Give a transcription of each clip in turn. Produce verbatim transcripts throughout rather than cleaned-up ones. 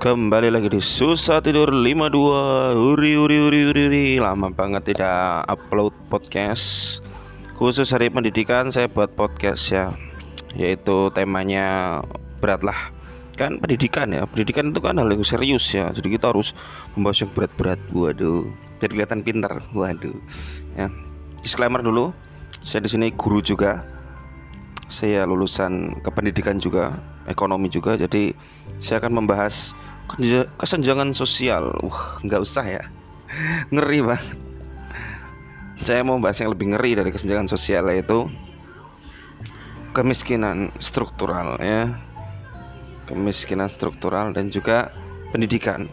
Kembali lagi di Susah Tidur lima puluh dua. Uri uri uri uri uri. Lama banget tidak upload podcast. Khusus hari pendidikan saya buat podcast ya. Yaitu temanya berat lah. Kan pendidikan ya. Pendidikan itu kan hal yang serius ya. Jadi kita harus membahas yang berat-berat. Waduh. Biar kelihatan pintar. Waduh. Ya. Disclaimer dulu. Saya di sini guru juga. Saya lulusan kependidikan juga, ekonomi juga. Jadi saya akan membahas kesenjangan sosial. Wah, nggak usah ya. Ngeri banget. Saya mau bahas yang lebih ngeri dari kesenjangan sosial, yaitu kemiskinan struktural ya. Kemiskinan struktural dan juga pendidikan.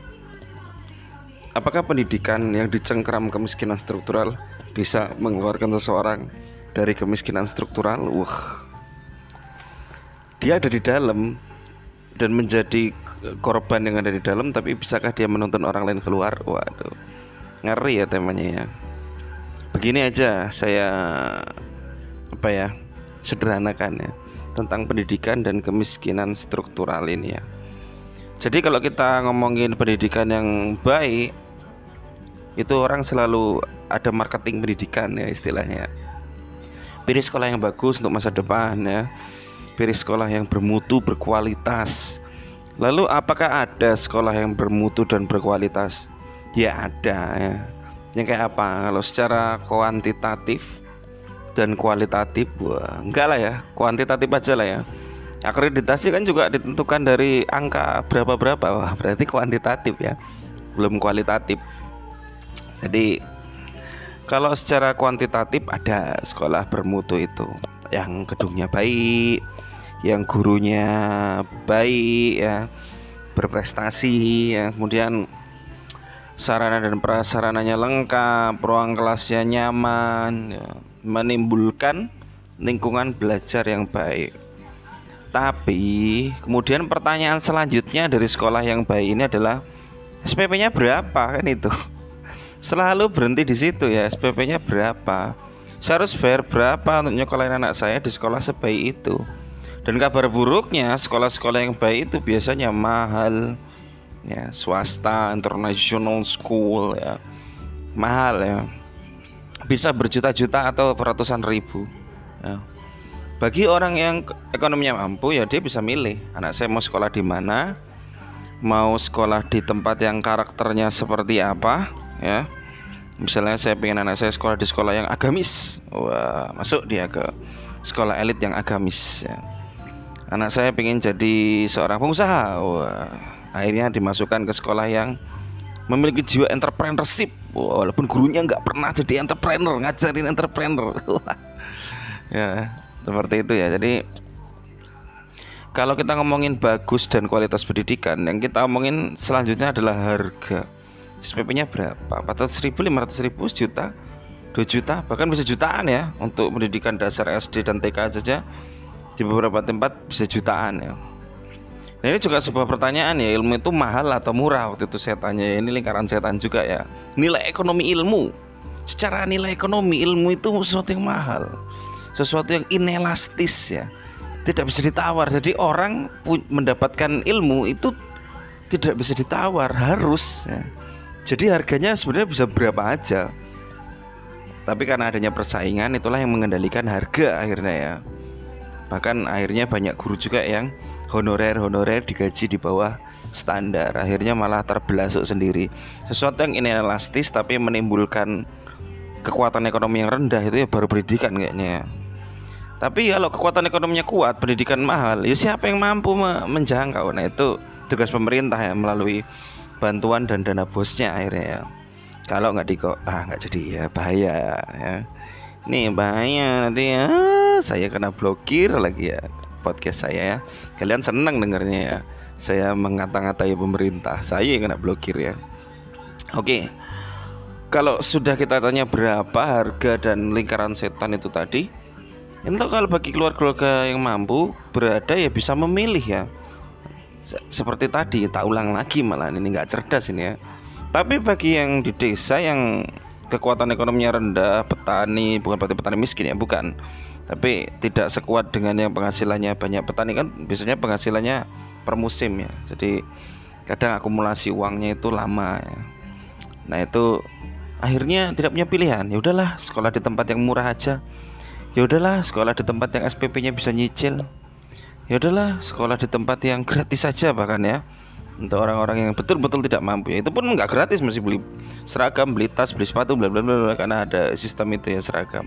Apakah pendidikan yang dicengkram kemiskinan struktural bisa mengeluarkan seseorang dari kemiskinan struktural? Wah. Dia ada di dalam dan menjadi korban yang ada di dalam, tapi bisakah dia menuntun orang lain keluar? Waduh, ngeri ya temanya ya. Begini aja saya apa ya sederhanakan ya tentang pendidikan dan kemiskinan struktural ini ya. Jadi kalau kita ngomongin pendidikan yang baik, itu orang selalu ada marketing pendidikan ya istilahnya. Pilih sekolah yang bagus untuk masa depan ya. Pilih sekolah yang bermutu, berkualitas. Lalu apakah ada sekolah yang bermutu dan berkualitas? Ya ada ya. Yang kayak apa? Kalau secara kuantitatif dan kualitatif, wah, enggak lah ya, kuantitatif aja lah ya. Akreditasi kan juga ditentukan dari angka berapa-berapa. Wah, berarti kuantitatif ya, belum kualitatif. Jadi kalau secara kuantitatif ada sekolah bermutu itu yang gedungnya baik, yang gurunya baik ya, berprestasi ya, kemudian sarana dan prasarananya lengkap, ruang kelasnya nyaman ya, menimbulkan lingkungan belajar yang baik. Tapi kemudian pertanyaan selanjutnya dari sekolah yang baik ini adalah S P P-nya berapa kan itu. Selalu berhenti di situ ya, S P P-nya berapa. Saya harus bayar berapa untuk nyekolahin anak saya di sekolah sebaik itu. Dan kabar buruknya sekolah-sekolah yang baik itu biasanya mahal ya, swasta, international school ya, mahal ya, bisa berjuta-juta atau ratusan ribu ya. Bagi orang yang ekonominya mampu ya dia bisa milih, anak saya mau sekolah di mana, mau sekolah di tempat yang karakternya seperti apa ya. Misalnya saya pengen anak saya sekolah di sekolah yang agamis, wah masuk dia ke sekolah elit yang agamis ya. Anak saya pengen jadi seorang pengusaha, wah, akhirnya dimasukkan ke sekolah yang memiliki jiwa entrepreneurship, walaupun gurunya nggak pernah jadi entrepreneur, ngajarin entrepreneur. Ya seperti itu ya. Jadi kalau kita ngomongin bagus dan kualitas pendidikan, yang kita omongin selanjutnya adalah harga. S P P-nya berapa? empat ratus ribu, lima ratus ribu, sejuta, dua juta, bahkan bisa jutaan ya. Untuk pendidikan dasar S D dan T K saja di beberapa tempat bisa jutaan ya. Nah ini juga sebuah pertanyaan ya, ilmu itu mahal atau murah? Waktu itu saya tanya ya, ini lingkaran setan juga ya. Nilai ekonomi ilmu, secara nilai ekonomi ilmu itu sesuatu yang mahal, sesuatu yang inelastis ya, tidak bisa ditawar. Jadi orang mendapatkan ilmu itu tidak bisa ditawar, harus ya. Jadi harganya sebenarnya bisa berapa aja. Tapi karena adanya persaingan, itulah yang mengendalikan harga akhirnya ya. Bahkan akhirnya banyak guru juga yang honorer-honorer digaji di bawah standar. Akhirnya malah terbelasuk sendiri. Sesuatu yang inelastis tapi menimbulkan kekuatan ekonomi yang rendah, itu ya baru pendidikan kayaknya. Tapi kalau kekuatan ekonominya kuat, pendidikan mahal, ya siapa yang mampu menjangkau? Nah itu tugas pemerintah ya, melalui bantuan dan dana bosnya akhirnya ya. Kalau nggak diko, ah nggak jadi ya, bahaya ya. Nih bahaya nanti ya, saya kena blokir lagi ya podcast saya ya. Kalian senang dengarnya ya, saya mengata-ngatai pemerintah, saya yang kena blokir ya. Oke, kalau sudah kita tanya berapa harga dan lingkaran setan itu tadi, itu kalau bagi keluarga yang mampu berada ya bisa memilih ya. Seperti tadi, tak ulang lagi malah ini nggak cerdas ini ya. Tapi bagi yang di desa yang kekuatan ekonominya rendah, petani, bukan berarti petani miskin ya, bukan, tapi tidak sekuat dengan yang penghasilannya banyak. Petani kan biasanya penghasilannya per musim ya. Jadi kadang akumulasi uangnya itu lama ya. Nah itu akhirnya tidak punya pilihan. Ya udahlah, sekolah di tempat yang murah aja. Ya udahlah, sekolah di tempat yang S P P-nya bisa nyicil. Ya udahlah, sekolah di tempat yang gratis saja bahkan ya. Untuk orang-orang yang betul-betul tidak mampu ya. Itu pun nggak gratis, mesti beli seragam, beli tas, beli sepatu, bla bla bla, karena ada sistem itu ya, seragam.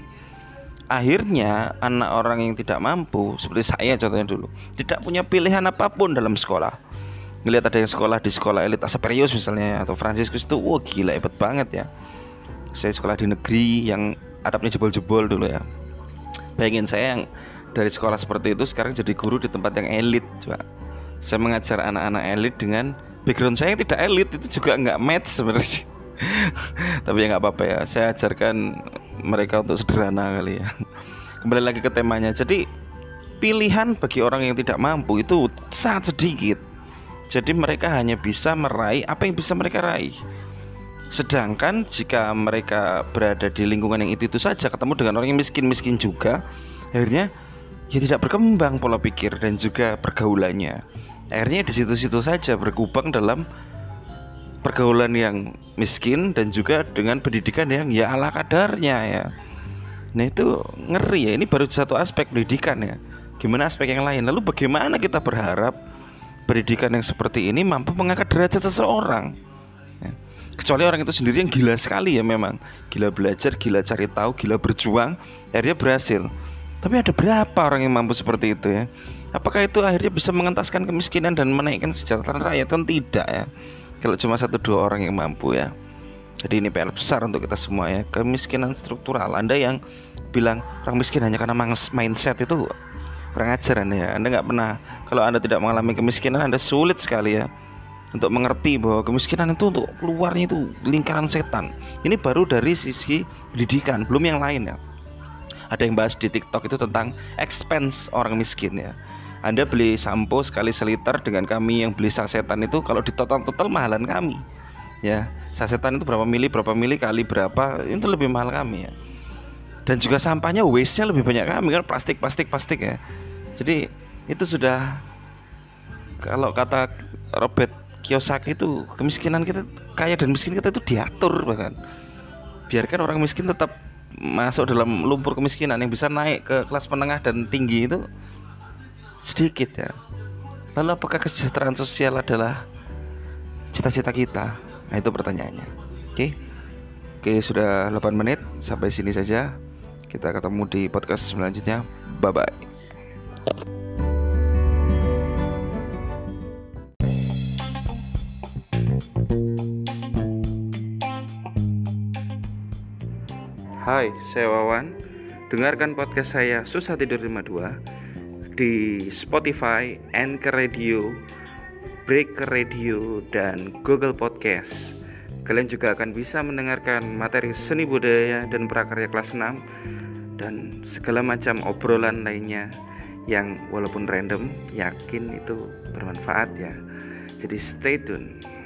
Akhirnya anak orang yang tidak mampu seperti saya contohnya dulu, tidak punya pilihan apapun dalam sekolah. Ngelihat ada yang sekolah di sekolah elit Asperrius misalnya atau Franciscus itu, wah gila hebat banget ya. Saya sekolah di negeri yang atapnya jebol-jebol dulu ya. Bayangin saya yang dari sekolah seperti itu sekarang jadi guru di tempat yang elit, coba. Saya mengajar anak-anak elit dengan background saya yang tidak elit, itu juga nggak match sebenarnya. Tapi ya nggak apa-apa ya, saya ajarkan mereka untuk sederhana kali ya. Kembali lagi ke temanya. Jadi pilihan bagi orang yang tidak mampu itu sangat sedikit. Jadi mereka hanya bisa meraih apa yang bisa mereka raih. Sedangkan jika mereka berada di lingkungan yang itu-itu saja, ketemu dengan orang yang miskin-miskin juga, akhirnya ya tidak berkembang pola pikir dan juga pergaulannya. Akhirnya di situ-situ saja berkubang dalam pergaulan yang miskin dan juga dengan pendidikan yang ya ala kadarnya ya. Nah itu ngeri ya, ini baru satu aspek pendidikan ya. Gimana aspek yang lain? Lalu bagaimana kita berharap pendidikan yang seperti ini mampu mengangkat derajat seseorang ya. Kecuali orang itu sendiri yang gila sekali ya, memang gila belajar, gila cari tahu, gila berjuang, akhirnya berhasil. Tapi ada berapa orang yang mampu seperti itu ya? Apakah itu akhirnya bisa mengentaskan kemiskinan dan menaikkan kesejahteraan rakyat? Kan tidak ya, kalau cuma satu dua orang yang mampu ya. Jadi ini P R besar untuk kita semua ya. Kemiskinan struktural. Anda yang bilang orang miskin hanya karena mindset, itu kurang ajar Anda ya. Anda nggak pernah, kalau Anda tidak mengalami kemiskinan, Anda sulit sekali ya untuk mengerti bahwa kemiskinan itu untuk keluarnya itu lingkaran setan. Ini baru dari sisi pendidikan, belum yang lain ya. Ada yang bahas di TikTok itu tentang expense orang miskin ya. Anda beli sampo sekali seliter dengan kami yang beli sasetan itu, kalau di total-total mahalan kami ya. Sasetan itu berapa mili, berapa mili kali berapa, itu lebih mahal kami ya. Dan juga sampahnya, waste-nya lebih banyak kami kan, plastik, plastik, plastik ya. Jadi itu sudah, kalau kata Robert Kiyosaki itu, kemiskinan kita, kaya dan miskin kita itu diatur bahkan. Biarkan orang miskin tetap masuk dalam lumpur kemiskinan, yang bisa naik ke kelas menengah dan tinggi itu sedikit ya. Lalu apakah kesejahteraan sosial adalah cita-cita kita? Nah itu pertanyaannya. Oke, Oke sudah delapan menit. Sampai sini saja. Kita ketemu di podcast selanjutnya. Bye bye. Hai, saya Wawan. Dengarkan podcast saya Susah Tidur lima puluh dua di Spotify, Anchor Radio, Breaker Radio, dan Google Podcast. Kalian juga akan bisa mendengarkan materi seni budaya dan prakarya kelas enam dan segala macam obrolan lainnya yang walaupun random, yakin itu bermanfaat ya. Jadi stay tune.